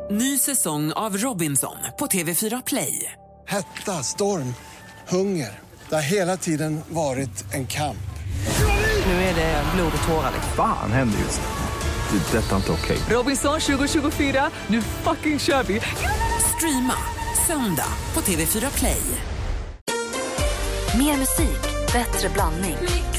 Ny säsong av Robinson på TV4 Play. Hetta, storm, hunger. Det har hela tiden varit en kamp. Nu är det blod och tårar. Fan händer just det. Det är detta inte okej. Robinson 2024, nu fucking kör vi. Streama söndag på TV4 Play. Mer musik, bättre blandning.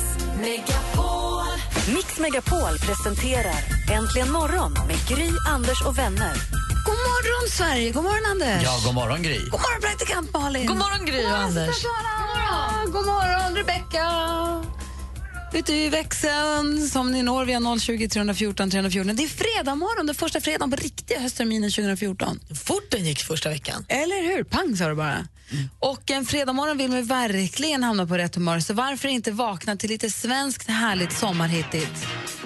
Mix Megapol presenterar Äntligen morgon med Gry, Anders och vänner. God morgon Sverige, god morgon Anders. Ja, god morgon Gry. God morgon praktikant Malin. God morgon Gry och Anders. God morgon Rebecca. Vet du, i växeln som ni når via 020 314 314. Det är fredag morgon, den första fredagen på riktiga höstterminen 2014. Fort den gick första veckan. Eller hur? Pang sa det bara. Och en fredag morgon vill man verkligen hamna på rätt humör. Så varför inte vakna till lite svenskt härligt sommarhittigt?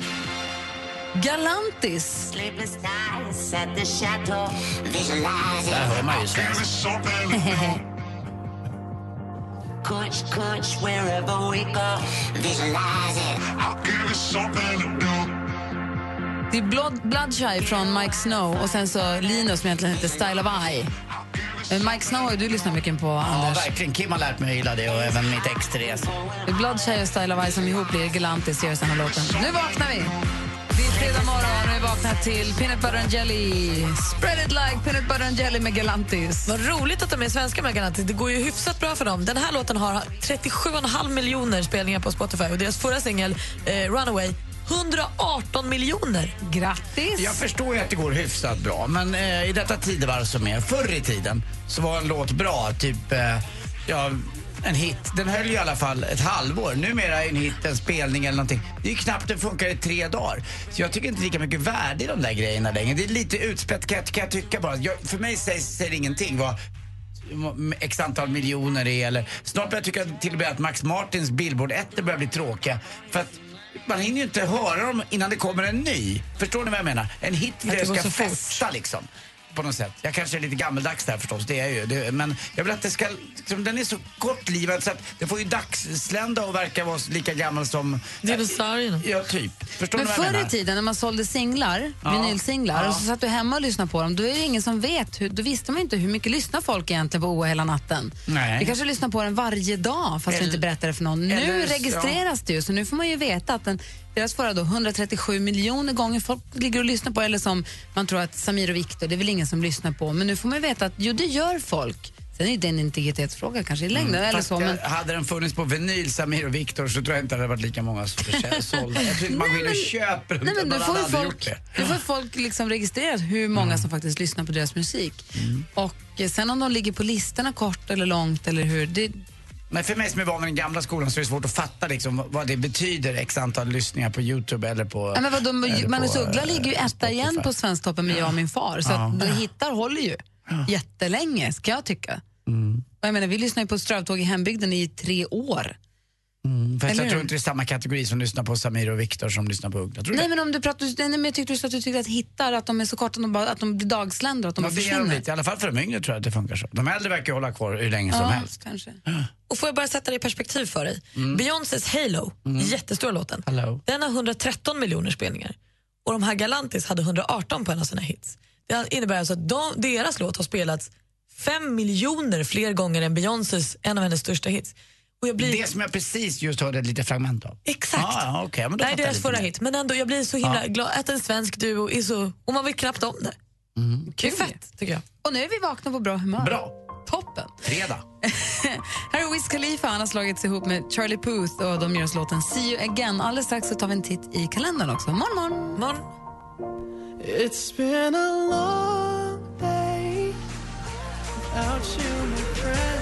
Galantis. Där hör man ju svensk. Det är Bloodshy från Mike Snow och sen så Linus som egentligen heter Style of Eye. Mike Snow har du lyssnat mycket på, Anders. Ja, verkligen. Kim har lärt mig att gilla det och även mitt ex-Therese. Det är Bloodshy och Style of Eye som ihop blir Galantis gör den här låten. Nu vaknar vi! Det är fredag morgon och vi vaknar till Peanut Butter and Jelly. Spread it like peanut butter and jelly med Galantis. Vad roligt att de är svenska med Galantis. Det går ju hyfsat bra för dem. Den här låten har 37,5 miljoner spelningar på Spotify och deras förra singel Runaway 118 miljoner. Grattis! Jag förstår ju att det går hyfsat bra, men i detta tidevarv som är förr i tiden så var en låt bra, typ en hit. Den höll ju i alla fall ett halvår. Numera är en hit, en spelning eller någonting. Det är ju knappt det funkar i 3 dagar. Så jag tycker inte lika mycket värde i de där grejerna längre. Det är lite utspätt kan jag tycka bara. För mig säger ingenting vad x antal miljoner är. Eller snart börjar jag tycka till och med att Max Martins Billboard 1 börjar bli tråkiga. För att man hinner ju inte höra dem innan det kommer en ny. Förstår ni vad jag menar? En hit ska festa liksom. På något sätt. Jag kanske är lite gammeldags där förstås, det är ju. Men jag vill att det ska, liksom, den är så kortlivad så att det får ju dagslända och verka vara lika gammal som dinosaurierna. Ja, typ. Förstår men ni vad jag menar? förr i tiden när man sålde singlar, vinylsinglar, och så satt du hemma och lyssnade på dem, då är det ingen som vet, då visste man inte hur mycket lyssnar folk egentligen på OA hela natten. Nej. Vi kanske lyssnar på den varje dag fast vi inte berättar det för någon. Nu registreras det ju, så nu får man ju veta att deras förra då 137 miljoner gånger folk ligger och lyssnar på, eller som man tror att Samir och Viktor, det är väl ingen som lyssnar på, men nu får man veta att jo, det gör folk. Sen är det en integritetsfråga kanske i längden eller så. Men hade den funnits på vinyl, Samir och Viktor, så tror jag inte det hade varit lika många sålda. Jag tror inte man vill köpa den. Nej, men du får folk liksom registrera hur många som faktiskt lyssnar på deras musik. Och sen om de ligger på listorna kort eller långt eller hur, det. Men för mig som är van med den gamla skolan så är det svårt att fatta liksom vad det betyder, x antal lyssningar på YouTube eller på... Ja, men vadå, Magnus Uggla ligger ju etta igen på Svensktoppen med Jag och min far. Så att de hittar håller ju jättelänge, ska jag tycka. Och jag menar, vi lyssnar ju på Strövtåg i hembygden i 3 år. Fast jag tror inte det är samma kategori som lyssnar på Samir och Viktor som lyssnar på Uggla. Nej, men om du pratar, men jag tyckte att du tyckte att hittar, att de är så korta att de blir dagsländer, att de försvinner. I alla fall för de yngre tror jag att det funkar så. De äldre verkar hålla kvar hur länge som helst. Kanske. Och får jag bara sätta det i perspektiv för dig. Beyoncés Halo, jättestora låten. Hello. Den har 113 miljoner spelningar. Och de här Galantis hade 118 på en av sina hits. Det innebär alltså att deras låt har spelats 5 miljoner fler gånger än Beyoncés, en av hennes största hits. Och det som jag precis just hörde ett litet fragment av. Exakt. Okay, men då nej, deras förra hit. Men ändå, jag blir så himla glad att en svensk duo är så... Och man vill knappt om det. Det är fett, tycker jag. Och nu är vi vakna på bra humör. Bra. Toppen. Fredag. Här är Wiz Khalifa, han har slagits ihop med Charlie Puth och de gör låten See You Again. Alldeles strax så tar vi en titt i kalendern också. Morgon. It's been a long day without you, my friend.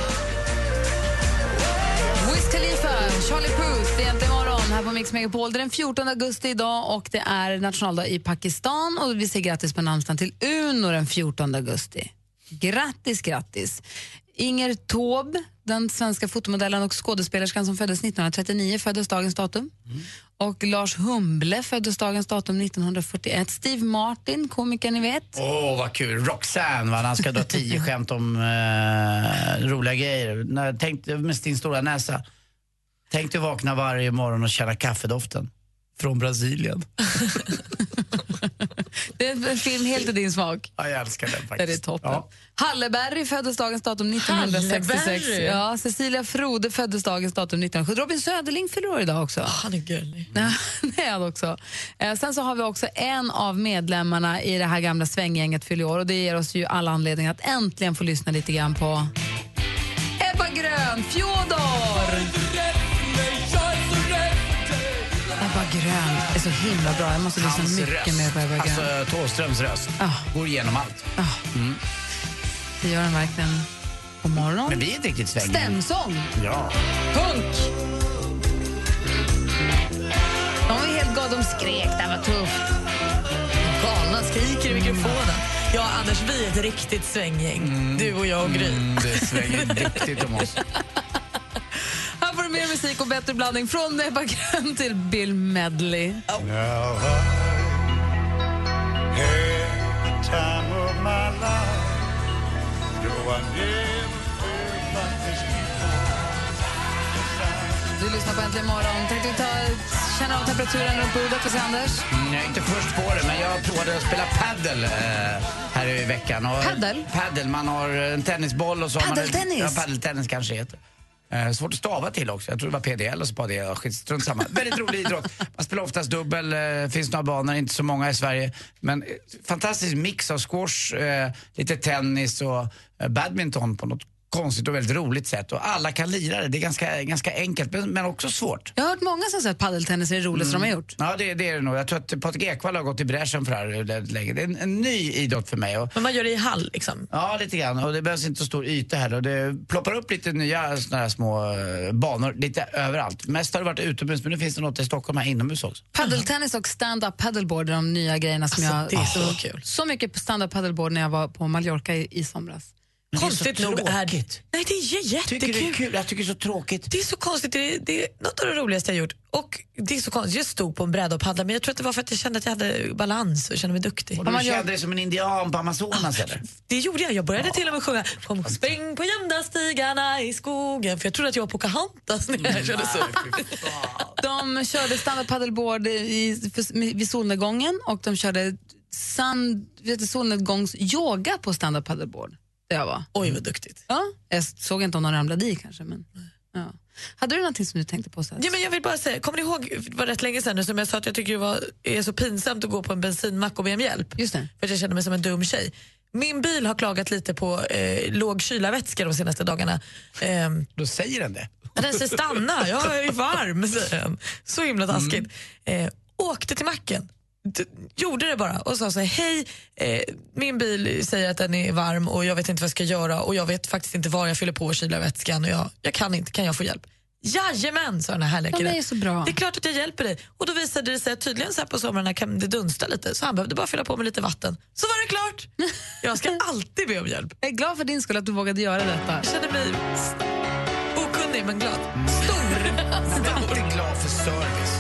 Wiz Khalifa, Charlie Puth, det är inte imorgon här på Mix Megapol. Det är den 14 augusti idag och det är nationaldag i Pakistan. Och vi säger grattis på namnsdagen till Uno den 14 augusti. Grattis. Inger Taube, den svenska fotomodellen och skådespelerskan som föddes 1939, föddes dagens datum. Och Lars Humble föddes dagens datum 1941. Steve Martin, komikern ni vet. Vad kul. Roxanne, va? Han ska dra 10 skämt om roliga grejer. Tänk med sin stora näsa. Tänk dig vakna varje morgon och känna kaffedoften. från Brasilien. Det är en film helt i din smak. Ja, jag älskar den faktiskt. Det är toppen. Ja. Halleberry föddes dagens datum 1966. Ja, Cecilia Frode föddes dagens datum 1970. Robin Söderling fyller år idag också. Han är gullig. Det är han också. Sen så har vi också en av medlemmarna i det här gamla svänggänget fyller år, och det ger oss ju alla anledningar att äntligen få lyssna lite grann på Ebba Grön, Fjodor! Ebba Grön är så himla bra. Jag måste lyssna mycket mer på Ebba Grön. Alltså Thåströms röst. Går igenom allt. Det gör den verkligen. God morgon. Men vi är inte riktigt svängig. Stämsång. Ja. Punk. De var helt galna, de skrek, det var tufft. Galna skriker i mikrofonen. Ja, Anders, vi är ett riktigt svänggäng. Du och jag och Gry. Det svänger riktigt om oss. Här får du mer musik och bättre blandning från Ebba Grön till Bill Medley. Du lyssnar på Äntligen morgon. Tänkte vi känna av temperaturen runt bordet? Vad säger Anders? Jag är inte först på det, men jag provade att spela paddel här i veckan. Och paddel, man har en tennisboll och så har man... Paddeltennis? Ja, paddeltennis kanske heter. Svårt att stava till också. Jag tror det var PDL och så på det. Strunt samma. Väldigt rolig idrott. Man spelar oftast dubbel. Finns några banor, inte så många i Sverige. Men fantastisk mix av squash, lite tennis och badminton på något konstigt och väldigt roligt sätt. Och alla kan lira det. Det är ganska enkelt, men också svårt. Jag har hört många som säger att paddeltennis är det roligaste de har gjort. Ja, det är det nog. Jag tror att Patrik Ekwall har gått i bräschen för det här länge. Det är en ny idrott för mig. Men man gör det i hall, liksom? Ja, lite grann. Och det behövs inte så stor yta heller. Och det ploppar upp lite nya såna här små banor lite överallt. Mest har det varit utomhus, men nu finns det något i Stockholm här inomhus också. Paddeltennis och stand-up paddleboard är de nya grejerna som det är så kul. Så mycket på stand-up paddleboard när jag var på Mallorca i somras. Konstigt nog är det. Nej, det är jättekul. Tycker det är kul. Jag tycker det är så tråkigt. Det är så konstigt. Det är något av det roligaste jag gjort. Och det är så konstigt. Jag stod på en bräda och paddlade, men jag tror att det var för att jag kände att jag hade balans och kände mig duktig. Och du kände dig som en indian på Amazonas, eller? Det gjorde jag. Jag började till och med sjunga Kom spring på jämna stigarna i skogen. För jag trodde att jag var Pocahontas när jag körde så. De körde stand-up paddleboard vid solnedgången, och de körde solnedgångs-yoga på stand-up paddleboard. Jag var. Oj, vad duktigt. Ja, jag såg inte om någon ramlade i kanske, men ja. Hade du någonting som du tänkte på? Så? Ja, men jag vill bara säga, kommer ni ihåg, det var rätt länge sedan nu som jag sa att jag tycker det är så pinsamt att gå på en bensinmack och be om hjälp. Just det. För att jag känner mig som en dum tjej. Min bil har klagat lite på låg kylarvätska de senaste dagarna. Då säger den det. Den säger stanna, jag är varm, säger den. Så himla taskigt. Åkte till macken. Gjorde det bara och sa så här: hej, min bil säger att den är varm och jag vet inte vad jag ska göra och jag vet faktiskt inte var jag fyller på kylarvätskan och jag kan inte, kan jag få hjälp? Jajamän, sa den här härliga killen. Det är så bra. Det är klart att jag hjälper dig. Och då visade det sig att tydligen så här på somrarna kan det dunsta lite, så han behövde bara fylla på med lite vatten. Så var det klart. Jag ska alltid be om hjälp. Jag är glad för din skull att du vågade göra detta. Jag känner mig okunnig men glad. Stor. Väldigt glad för service.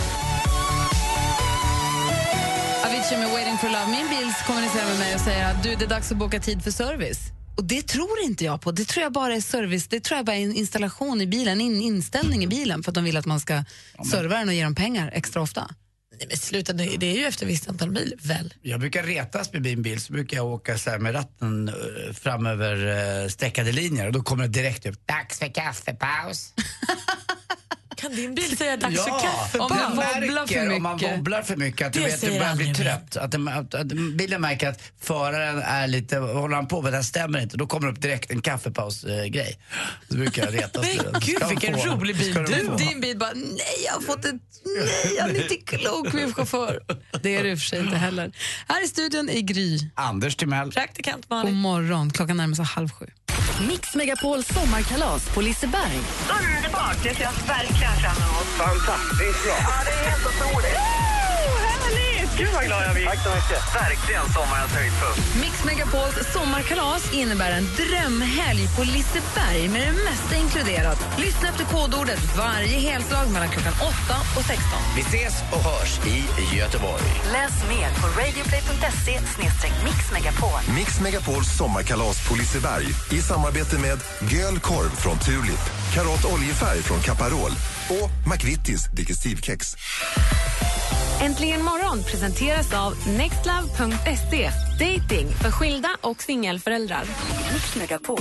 Avicii med Waiting for Love. Min bil kommunicerar med mig och säger att det är dags att boka tid för service. Och det tror inte jag på. Det tror jag bara är service. Det tror jag bara är en installation i bilen, en inställning i bilen för att de vill att man ska serva den och ge dem pengar extra ofta. Nej, men sluta, det är ju efter visst antal mil, väl? Jag brukar retas med min bil, så brukar jag åka så här med ratten fram över streckade linjer och då kommer det direkt upp: dags för kaffepaus. Kan din bil säga dags för kaffepaus? Om man wobblar för mycket, att du vet, du börjar bli trött. Att bilen märker att föraren är lite, håller han på med, det stämmer inte. Då kommer det upp direkt en kaffepaus-grej. Så brukar jag retas. Men gud, vilken rolig bil du. Din bil bara, nej, jag har fått ett, nej, jag är inte klok med chaufför. Det är det i och för sig inte heller. Här i studion är Gry. Anders Timell. Praktikant Malin. God morgon, klockan närmar sig 6:30. Mix Megapols sommarkalas på Liseberg. Underbart, det ser jag verkligen fram emot. Fantastiskt bra. Ja, det är helt otroligt. Härligt! Gud vad glad jag blir. Tack så mycket. Verkligen sommarens höjdpunkt. Mix Megapols sommarkalas innebär en drömhelg på Liseberg med det mesta inkluderat. Lyssna efter kodordet varje helslag mellan klockan 8 och 16. Vi ses och hörs i Göteborg. Läs mer på radioplay.se/mixmegapol. Mix Megapols sommarkalas på Liseberg i samarbete med Gölkorv från Tulip, Karott oljefärg från Caparol och McVittys digestivkex. Äntligen morgon presenteras av nextlove.se. Dating för skilda och singelföräldrar. Mix Megapol.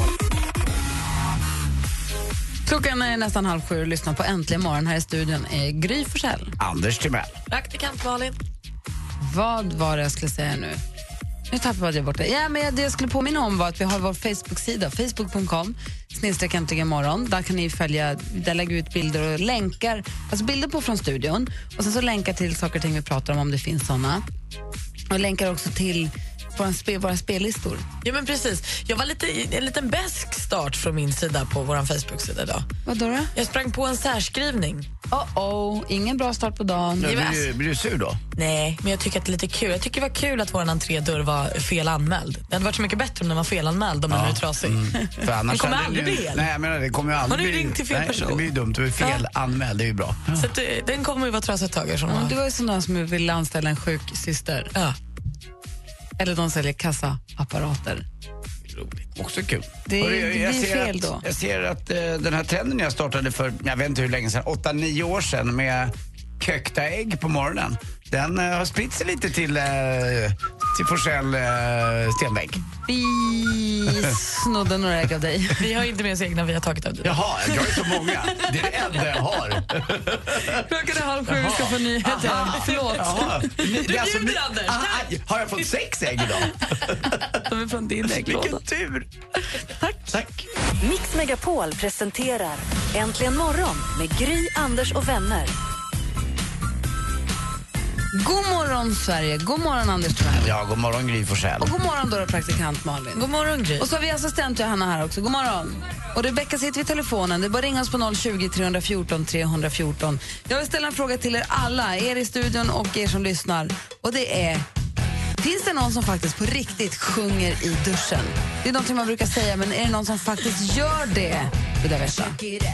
Klockan är nästan 6:30 och lyssnar på Äntligen morgon. Här i studion är Gry Forssell. Anders Timell. Praktikant Malin. Vad var det jag skulle säga nu? Nu tappade jag bort det. Ja, men det jag skulle påminna om var att vi har vår Facebook-sida, facebook.com/äntligenmorgon. Där kan ni följa, där lägger ut bilder och länkar, alltså bilder på från studion. Och sen så länkar till saker och ting vi pratar om det finns såna. Och länkar också till våra spellistor. Ja, men precis. Jag var en liten bäsk start från min sida på vår Facebook-sida idag. Vad då? Jag sprang på en särskrivning. Ingen bra start på dagen. Blir du sur då? Nej, men jag tycker att det är lite kul. Jag tycker det var kul att vår entrédörr var felanmäld. Det hade varit så mycket bättre om den var felanmäld, om den är trasig. För annars den kommer hade aldrig bli hel. Nej, men det kommer ju aldrig. Har ni ringt till fel person? Det blir ju dumt. Du är felanmäld, det är ju bra. Så att, den kommer ju vara trasig ett tag. Du var ju sån där som vill anställa en sjuk syster. Ja. Eller de säljer kassaapparater. Roligt. Också kul. Det blir fel då. Jag ser att den här trenden jag startade för, jag vet inte hur länge sedan, 8-9 år sedan med kökta ägg på morgonen. Den har spritt sig lite till Forssell Stenbeck. Vi snodde några ägg av dig. Vi har inte med oss egna, vi har tagit av dig. Jaha, jag har ju så många. Det är det enda jag har. Klockan är 6:30, vi ska få nyheter. Förlåt. Du bjuder, Anders. Har jag fått 6 ägg idag? De är från din ägglåda. Vilken tur. Tack. Mix Megapol presenterar Äntligen morgon med Gry, Anders och vänner. God morgon Sverige, god morgon Anders Timell. Ja, god morgon Gry Forssell. Och god morgon då praktikant Malin. God morgon Gry. Och så har vi assistent Johanna här också, god morgon. Och Rebecka sitter vid telefonen, det är bara ringa oss på 020 314 314. Jag vill ställa en fråga till er alla, er i studion och er som lyssnar. Och det är, finns det någon som faktiskt på riktigt sjunger i duschen? Det är någonting man brukar säga, men är det någon som faktiskt gör det? Vill jag veta.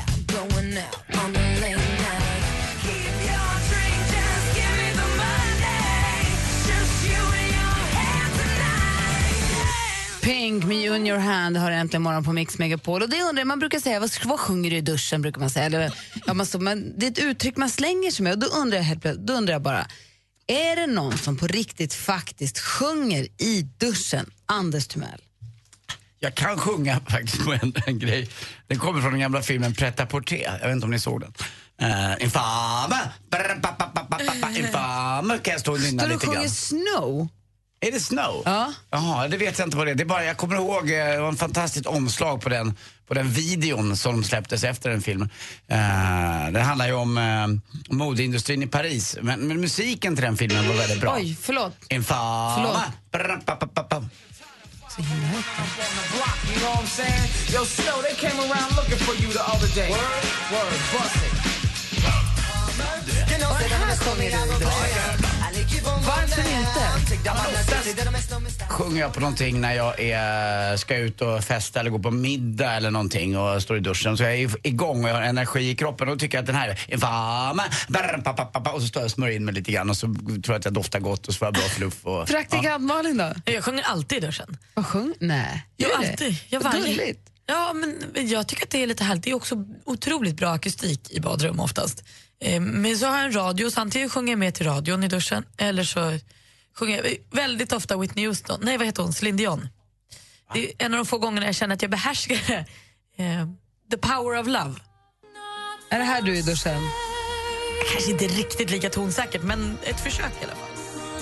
Pink, Me in Your Hand har äntligen morgon på Mix Megapol. Och det undrar man brukar säga, vad sjunger du i duschen brukar man säga. Eller, men det är ett uttryck man slänger sig med. Och då undrar jag bara, är det någon som på riktigt faktiskt sjunger i duschen? Anders Timell. Jag kan sjunga faktiskt på en grej. Den kommer från den gamla filmen Pret-à-Porter. Jag vet inte om ni såg den. Infame. Infame. Kan jag stå och nynna lite grann? Sjunger Snow? Är det Snow? Ja. Jaha, det vet jag inte vad det är. Det är bara, jag kommer ihåg, det var en fantastiskt omslag på den videon som släpptes efter den filmen. Det handlar ju om modeindustrin i Paris. Men musiken till den filmen var väldigt bra. Oj, förlåt. Infame. Så himla högt. Varför inte? Sjunger jag på någonting när jag ska ut och festa eller gå på middag eller någonting och står i duschen, så jag är igång och jag har energi i kroppen och tycker att den här är och så står jag och smörjer in mig lite grann och så tror jag att jag doftar gott och så får jag bra fluff. Och, praktikant Malin då? Jag sjunger alltid i duschen. Vad sjunger? Nej. Jo, alltid. Gulligt. Ja, men jag tycker att det är lite härligt. Det är också otroligt bra akustik i badrum oftast. Men så har jag en radio, så antingen sjunger jag med till radion i duschen eller så sjunger jag väldigt ofta Whitney Houston. Nej, vad heter hon? Celine Dion. Det är en av de få gångerna jag känner att jag behärskar The Power of Love. Är det här du i duschen? Kanske inte riktigt lika tonsäkert, men ett försök i alla fall.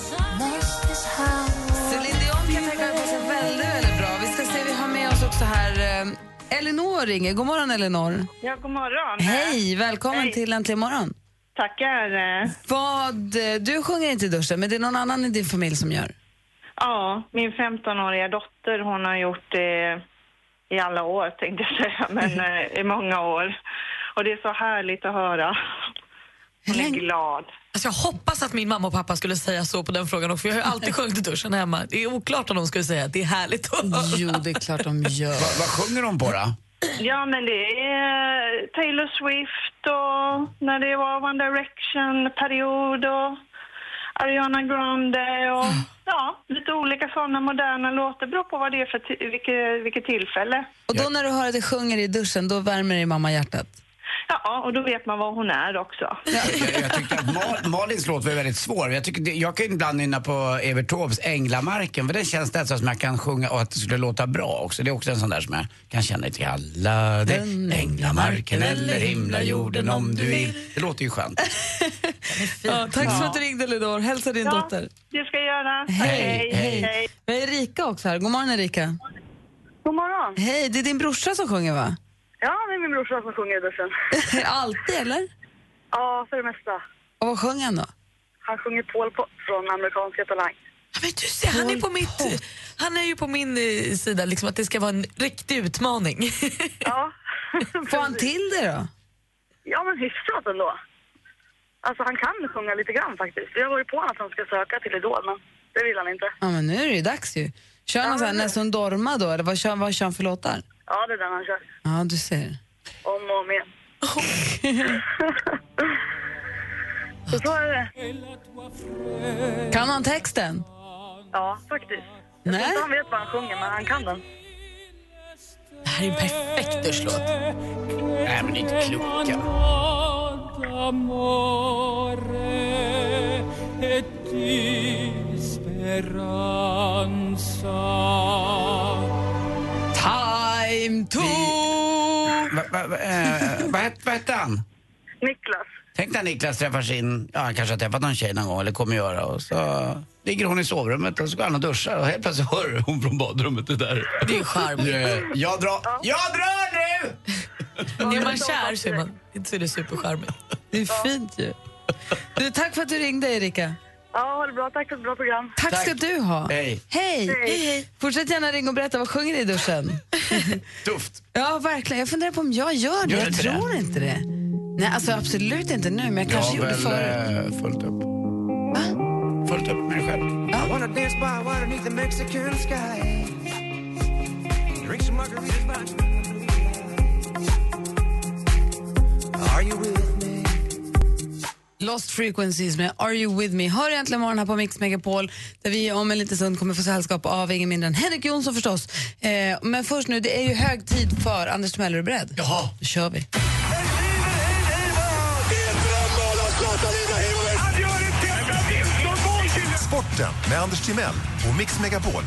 Celine Dion kan tänka på sig väldigt, väldigt bra. Vi ska se, vi har med oss också här Elinor ringer. God morgon Elinor. Ja, god morgon. Hej, välkommen till Äntligen morgon. Tackar. Du sjunger inte i duschen, men det är någon annan i din familj som gör? Ja, min 15-åriga dotter, hon har gjort det i alla år tänkte jag säga, men i många år. Och det är så härligt att höra. Hon är glad. Alltså jag hoppas att min mamma och pappa skulle säga så på den frågan, för jag har ju alltid sjungit i duschen hemma. Det är oklart om de skulle säga att det är härligt att höra. Jo, det är klart de gör. Vad sjunger de på då? Ja, men det är Taylor Swift och när det var One Direction-period och Ariana Grande och ja, lite olika sådana moderna låtar. Beror på vad det är för vilket tillfälle. Och då när du hör att det sjunger i duschen, då värmer det i mamma hjärtat? Ja, och då vet man vad hon är också. Jag tyckte att Malins låt var väldigt svår. Jag kan ibland nynna på Evert Taubes Änglamarken, för det känns det som jag kan sjunga och att det skulle låta bra också. Det är också en sån där som jag kan känna lite kalla det. Änglamarken eller himlajorden om du vill. Det låter ju skönt. Ja, tack för att du ringde, Lidor. Hälsa din dotter. Det ska jag göra. Hej. Vi är Erika också här. God morgon, Erika. God morgon. Hej, det är din brorsa som sjunger, va? Ja, det är min brorsa som sjunger i duschen. Alltid, eller? Ja, för det mesta. Och vad sjunger han då? Han sjunger Paul Potts från Amerikanska Talang. Ja, men du ser, han är ju på min sida, liksom att det ska vara en riktig utmaning. Ja. Får han till det då? Ja, men hyfsat ändå. Alltså han kan sjunga lite grann faktiskt. Vi har varit på att han ska söka till Idol, men det vill han inte. Ja, men nu är det ju dags ju. Kör han så här nästan dorma då, eller vad kör han för låtar? Ja, det är den han kör. Ja, du ser. Om och om igen. Så är det. Kan han texten? Ja, faktiskt. Jag tror inte han vet vad han sjunger, men han kan den. Det här är en perfekt duschlåt. Nej, men det är inte klokt. Time to... Vad hette han? Niklas. Tänk när Niklas träffar sin... Ja, han kanske har träffat någon tjej någon gång eller kommer göra. Och så ligger hon i sovrummet och så går han och duschar. Och helt plötsligt hör hon från badrummet det där. Det är charmigt. Jag drar nu! Är man kär så är man inte så är det supercharmigt. Det är fint ju. Du, tack för att du ringde, Erika. Ja, ha det bra. Tack för ett bra program. Tack ska du ha. Hej. Hej. Fortsätt gärna ringa och berätta vad sjunger ni i duschen. Tufft. Ja, verkligen. Jag funderar på om jag gör det. Jag tror inte det. Nej, alltså absolut inte nu, men jag kanske gjorde förut. Fullt upp. Va? Fullt upp med dig själv. Ja. I wanna dance by water beneath the Mexican sky. Drink some margaritas by... Are you with me? Lost Frequencies med Are You With Me. Hör egentligen morgon här på Mix Megapol, där vi om en liten stund kommer få sällskap av ingen mindre än Henrik Jonsson förstås. Men först nu, det är ju hög tid för Anders Timell. Är du beredd? Jaha. Då kör vi. Sporten med Anders Timell och Mix Megapol.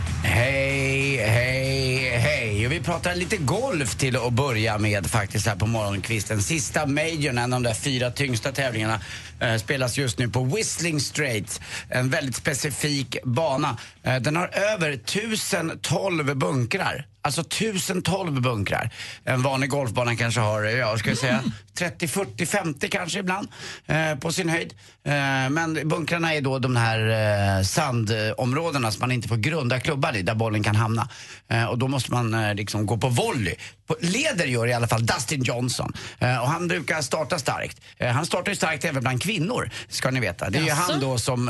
Hej. Och vi pratar lite golf till att börja med faktiskt här på morgonkvisten. Sista majorn, en av de där 4 tyngsta tävlingarna, spelas just nu på Whistling Straits. En väldigt specifik bana. Den har över 1012 bunkrar. Alltså 1012 bunkrar. En vanlig golfbana kanske har, jag ska säga 30, 40, 50 kanske ibland på sin höjd. Men bunkrarna är då de här sandområdena som man inte får grunda klubbar i, där bollen kan hamna. Och då måste man liksom gå på volley. Leder gör i alla fall Dustin Johnson. Och han brukar starta starkt. Han startar ju starkt även bland kvinnor, ska ni veta. Det är ju han då som,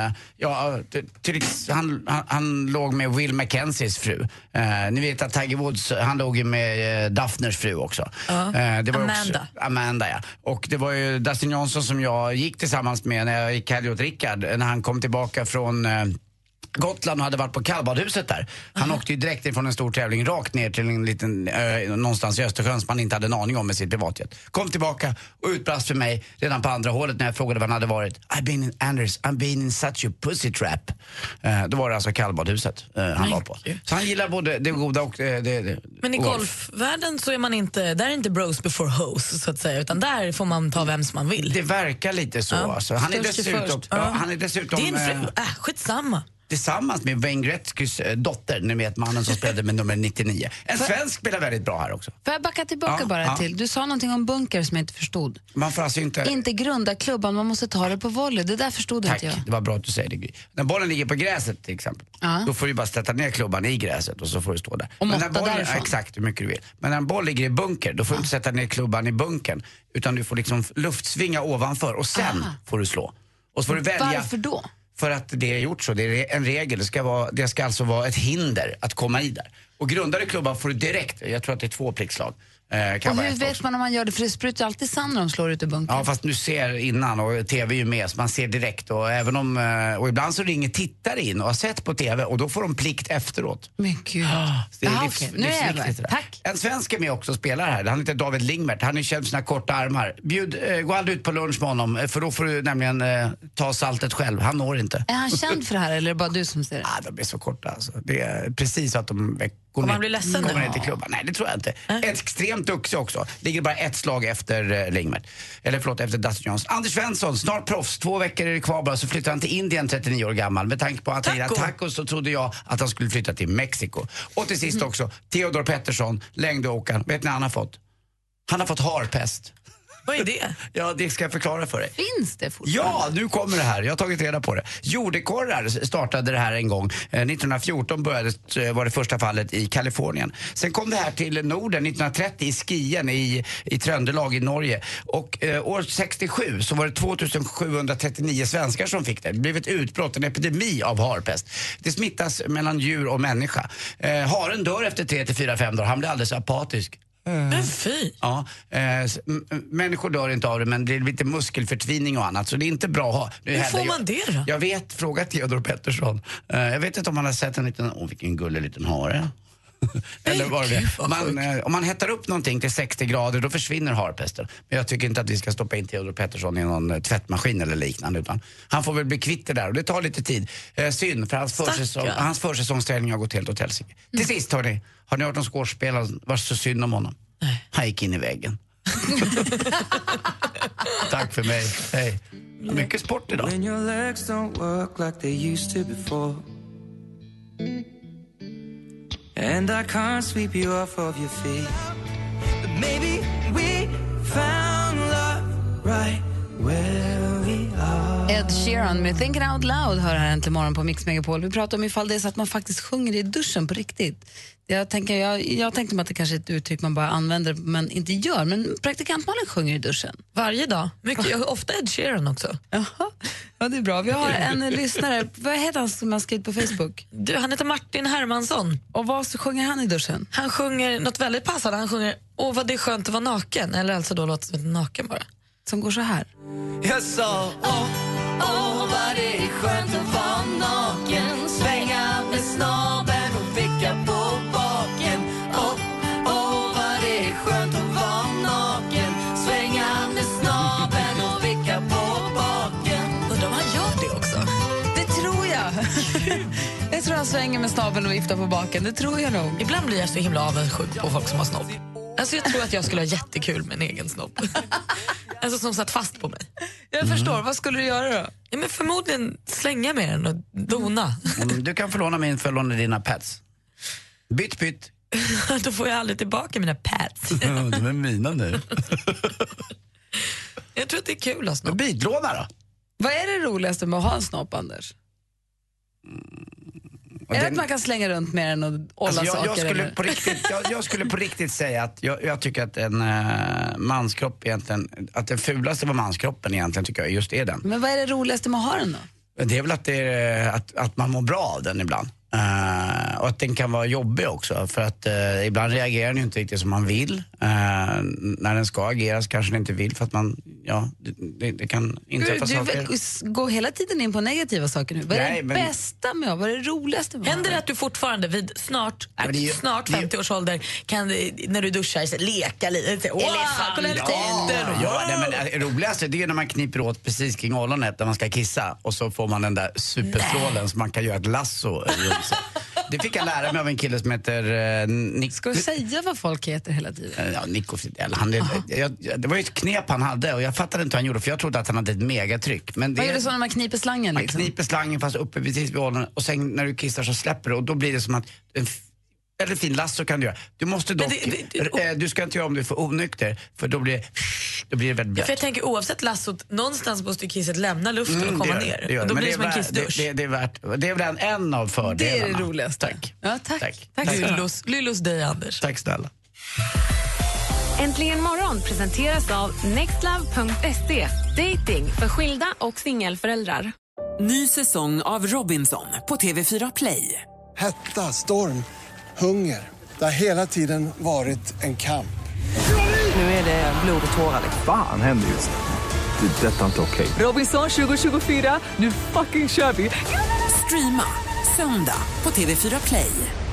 han låg med Will Mackenzies fru. Ni vet att Tiger Woods, han låg ju med Daphners fru också. Det var Amanda, ja. Och det var ju Dustin Johnson som jag gick tillsammans med när jag gick här åt Rickard, när han kom tillbaka från Gotland och hade varit på kallbadhuset där. Han åkte ju direkt ifrån en stor tävling rakt ner till en liten någonstans i Östersjön som han inte hade en aning om med sitt privatjet. Kom tillbaka och utbrast för mig redan på andra hålet när jag frågade var han hade varit. I've been in such a pussy trap. Då var det alltså kallbadhuset han var på. Så han gillar både det goda och det men i golfvärlden så är man inte, där är inte bros before hoes så att säga, utan där får man ta vem som man vill. Det verkar lite så. Alltså. Han är dessutom Din fru, skitsamma. Tillsammans med Wayne Gretzkys dotter, ni vet mannen som spelade med nummer 99. En svensk spelar väldigt bra här också. Får jag backa tillbaka till? Du sa någonting om bunker som jag inte förstod. Man får alltså inte grunda klubban, man måste ta det på volley. Det där förstod inte jag. Det var bra att du säger det. När bollen ligger på gräset till exempel, då får du bara sätta ner klubban i gräset och så får du stå där. Och måtta därifrån. Exakt, hur mycket du vill. Men när en boll ligger i bunker, då får du inte sätta ner klubban i bunkern, utan du får liksom luftsvinga ovanför och sen får du slå. Och så får du välja. Varför då? För att det är gjort så, det är en regel. Det ska alltså vara ett hinder att komma i där. Och grundade klubban får du direkt, jag tror att det är 2 prickslag. Och hur vet man om man gör det? För det sprutar ju alltid sand när de slår ut i bunkern. Ja, fast nu ser innan och tv är ju med så man ser direkt och även om och ibland så ringer tittare in och har sett på tv och då får de plikt efteråt. Men gud. Det är Okej. Nu är jag med. Tack. En svensk är med också och spelar här. Han heter David Lingmert. Han är känd för sina korta armar. Gå aldrig ut på lunch med honom för då får du nämligen ta saltet själv. Han når inte. Är han känd för det här eller är det bara du som ser det? De är så korta alltså. Det är precis så att de kommer man bli ledsen kommer ner till klubban. Nej, det tror jag inte. Extremt duktig också. Ligger bara ett slag efter Lingmert. Eller förlåt, efter Dustin Johnson. Anders Svensson, snart proffs. 2 veckor är det kvar bara så flyttar han till Indien 39 år gammal. Med tanke på att han gillar tacos så trodde jag att han skulle flytta till Mexiko. Och till sist också, Theodor Pettersson, längdåkaren. Vet ni han har fått? Han har fått harpest. Vad är det? Ja, det ska jag förklara för dig. Finns det fortfarande? Ja, nu kommer det här. Jag har tagit reda på det. Jordekorrar startade det här en gång. 1914 var det första fallet i Kalifornien. Sen kom det här till Norden 1930 i Skien i Tröndelag i Norge. Och år 67 så var det 2739 svenskar som fick det. Det blev ett utbrott, en epidemi av harpest. Det smittas mellan djur och människa. Haren dör efter 3-4-5 dagar. Han blir alldeles apatisk. Men fy. Ja, människor dör inte av det men det är lite muskelförtvining och annat så det är inte bra att ha. Hur får man det då? Jag vet, fråga Theodor Pettersson. Jag vet inte om man har sett en liten, vilken gullig liten hare. Eller var det? Om man hettar upp någonting till 60 grader då försvinner harpesten. Men jag tycker inte att vi ska stoppa in Theodor Pettersson i någon tvättmaskin eller liknande utan han får väl bli kvitt det där och det tar lite tid. Synd för hans försäsongsträning har gått helt åt helsike. Till sist hörni, har ni hört om skådespelaren vars så synd om honom? Nej. Han gick in i väggen. Tack för mig. Hej. Mycket sport idag. When your legs don't work like they used to before and I can't sweep you off of your feet but maybe we found love right where we are. Ed Sheeran med Thinking Out Loud hör här äntligen morgon på Mix Megapol. Vi pratar om ifall det är så att man faktiskt sjunger i duschen på riktigt. Jag tänkte mig att det kanske är ett uttryck man bara använder men inte gör. Men praktikantmannen sjunger i duschen. Varje dag. Mycket, ofta Ed Sheeran också. Jaha, ja, det är bra. Vi har en lyssnare. Vad heter han som har skrivit på Facebook? Han heter Martin Hermansson. Och vad så sjunger han i duschen? Han sjunger något väldigt passande. Han sjunger åh vad det är skönt att vara naken. Eller alltså då låter det som naken bara. Som går så här. Jag sa åh vad det är skönt att vara naken. Svänga med snabeln och vicka på baken. Åh vad det är skönt att vara naken. Svänga med snabeln och vicka på baken. Undrar om han gör det också? Det tror jag. Jag tror han svänger med snabeln och viftar på baken. Det tror jag nog. Ibland blir jag så himla avundsjuk på folk som har snopp. Alltså jag tror att jag skulle ha jättekul med en egen snopp. Alltså som satt fast på mig. Jag förstår, vad skulle du göra då? Ja, men förmodligen slänga med den och dona. Du kan få låna min för att låna dina pads. Bytt. Då får jag aldrig tillbaka mina pads. De är mina nu. Jag tror att det är kul att snopp. Bytlåna då? Vad är det roligaste med att ha en snopp, Anders? Är det att man kan slänga runt med den och olla saker? Jag skulle på riktigt säga att jag tycker att en manskropp egentligen, att den fulaste med manskroppen egentligen tycker jag just är den. Men vad är det roligaste med att ha den då? Det är väl att man mår bra av den ibland. Och att den kan vara jobbig också för att ibland reagerar den ju inte riktigt som man vill. När den ska ageras kanske den inte vill för att man, det kan inträffa saker. Du går hela tiden in på negativa saker nu. Vad är det bästa med vad är det roligaste med? Händer det att du fortfarande vid snart 50 års ålder kan, när du duschar, leka lite? Det roligaste det är när man kniper åt precis kring ollonet när man ska kissa och så får man den där superstrålen som man kan göra ett lasso. Det fick jag lära mig av en kille som heter Nick. Ska du säga vad folk heter hela tiden? Ja, Nico Fidel. Det var ju ett knep han hade och jag fattade inte hur han gjorde för jag trodde att han hade ett megatryck. Men vad är det så när man kniper slangen? Man kniper slangen fast uppe precis vid ollonet och sen när du kissar så släpper det och då blir det som att eller fin lasso kan du göra. Du måste dock, du ska inte göra om du är för onykter för då blir det väldigt blött. För jag tänker oavsett lassot, någonstans måste kisset lämna luften och komma ner. Och då blir det som en kissdusch. Det är väl en av fördelarna. Det är det roligaste. Tack. Ja, tack. Lyllos dig, Anders. Tack snälla. Äntligen morgon presenteras av nextlove.se. Dating för skilda och singelföräldrar. Ny säsong av Robinson på TV4 Play. Hetta, storm, hunger. Det har hela tiden varit en kamp. Nu är det blod och tårar. Fan händer just det. Det är detta inte okej. Robinson 2024, nu fucking kör vi! Streama söndag på TV4 Play.